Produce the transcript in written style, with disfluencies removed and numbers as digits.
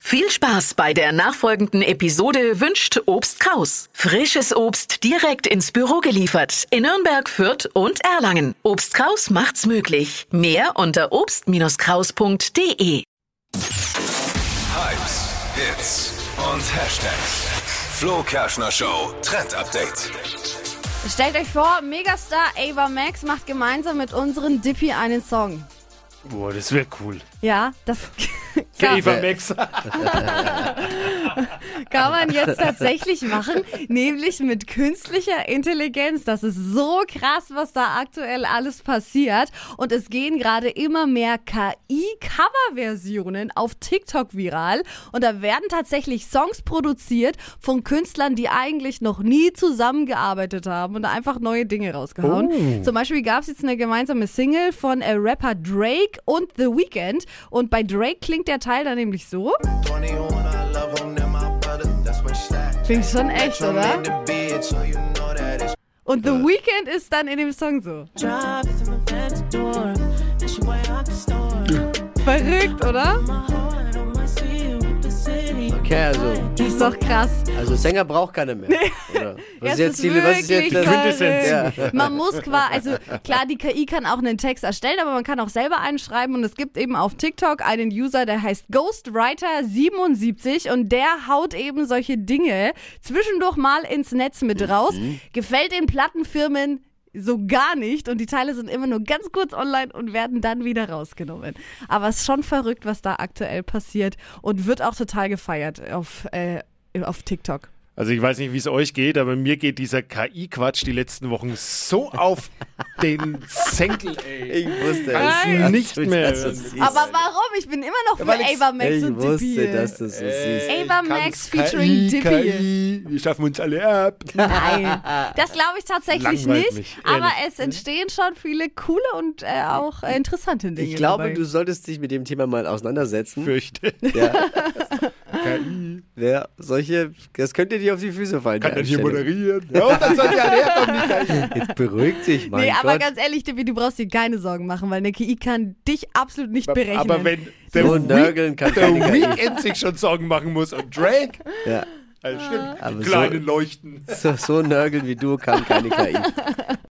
Viel Spaß bei der nachfolgenden Episode wünscht Obst Kraus. Frisches Obst direkt ins Büro geliefert in Nürnberg, Fürth und Erlangen. Obst Kraus macht's möglich. Mehr unter obst-kraus.de. Hypes, Hits und Hashtags. Flo Kerschner Show Trend Update. Stellt euch vor, Megastar Ava Max macht gemeinsam mit unseren Dippy einen Song. Boah, das wäre cool. Ja, das Für Ava Max. kann man jetzt tatsächlich machen, nämlich mit künstlicher Intelligenz. Das ist so krass, was da aktuell alles passiert. Und es gehen gerade immer mehr KI-Cover-Versionen auf TikTok viral. Und da werden tatsächlich Songs produziert von Künstlern, die eigentlich noch nie zusammengearbeitet haben und da einfach neue Dinge rausgehauen. Zum Beispiel gab es jetzt eine gemeinsame Single von Rapper Drake und The Weeknd. Und bei Drake klingt der Teil dann nämlich so. Klingt schon echt, oder? Und The Weeknd ist dann in dem Song so. Verrückt, oder? Okay, also. Das ist doch krass. Also Sänger braucht keiner mehr. Oder? Was ist jetzt wirklich das? Quintessenz? Ja. Man muss quasi, also klar, die KI kann auch einen Text erstellen, aber man kann auch selber einen schreiben und es gibt eben auf TikTok einen User, der heißt Ghostwriter77 und der haut eben solche Dinge zwischendurch mal ins Netz mit raus. Gefällt den Plattenfirmen so gar nicht und die Teile sind immer nur ganz kurz online und werden dann wieder rausgenommen. Aber es ist schon verrückt, was da aktuell passiert und wird auch total gefeiert auf TikTok. Also ich weiß nicht, wie es euch geht, aber mir geht dieser KI-Quatsch die letzten Wochen so auf den Senkel, ey. Ich wusste Kann's nicht mehr. Aber warum? Ich bin immer noch für Ava Max und Dippy. Ich wusste, dass du so siehst. Ava Max featuring Dippy. KI, wir schaffen uns alle ab. Nein, das glaube ich tatsächlich Langweilt nicht. mich, Aber ehrlich. es entstehen schon viele coole und auch interessante Dinge. Ich glaube, dabei. du solltest dich mit dem Thema mal auseinandersetzen. Fürchte. Ja, KI. ja, das könnte dir auf die Füße fallen. Kann die dann hier Einstellung. moderieren. Ja, und dann soll die alle herkommen, die KI. Jetzt beruhig dich, mein Nee, aber Gott. ganz ehrlich, Dippy, du brauchst dir keine Sorgen machen, weil eine KI kann dich absolut nicht berechnen. Aber wenn So nörgeln kann der keine KI. Weeknd sich schon Sorgen machen muss und Drake, Ja, also stimmt, Aber die so- kleinen Leuchten. so nörgeln wie du kann keine KI.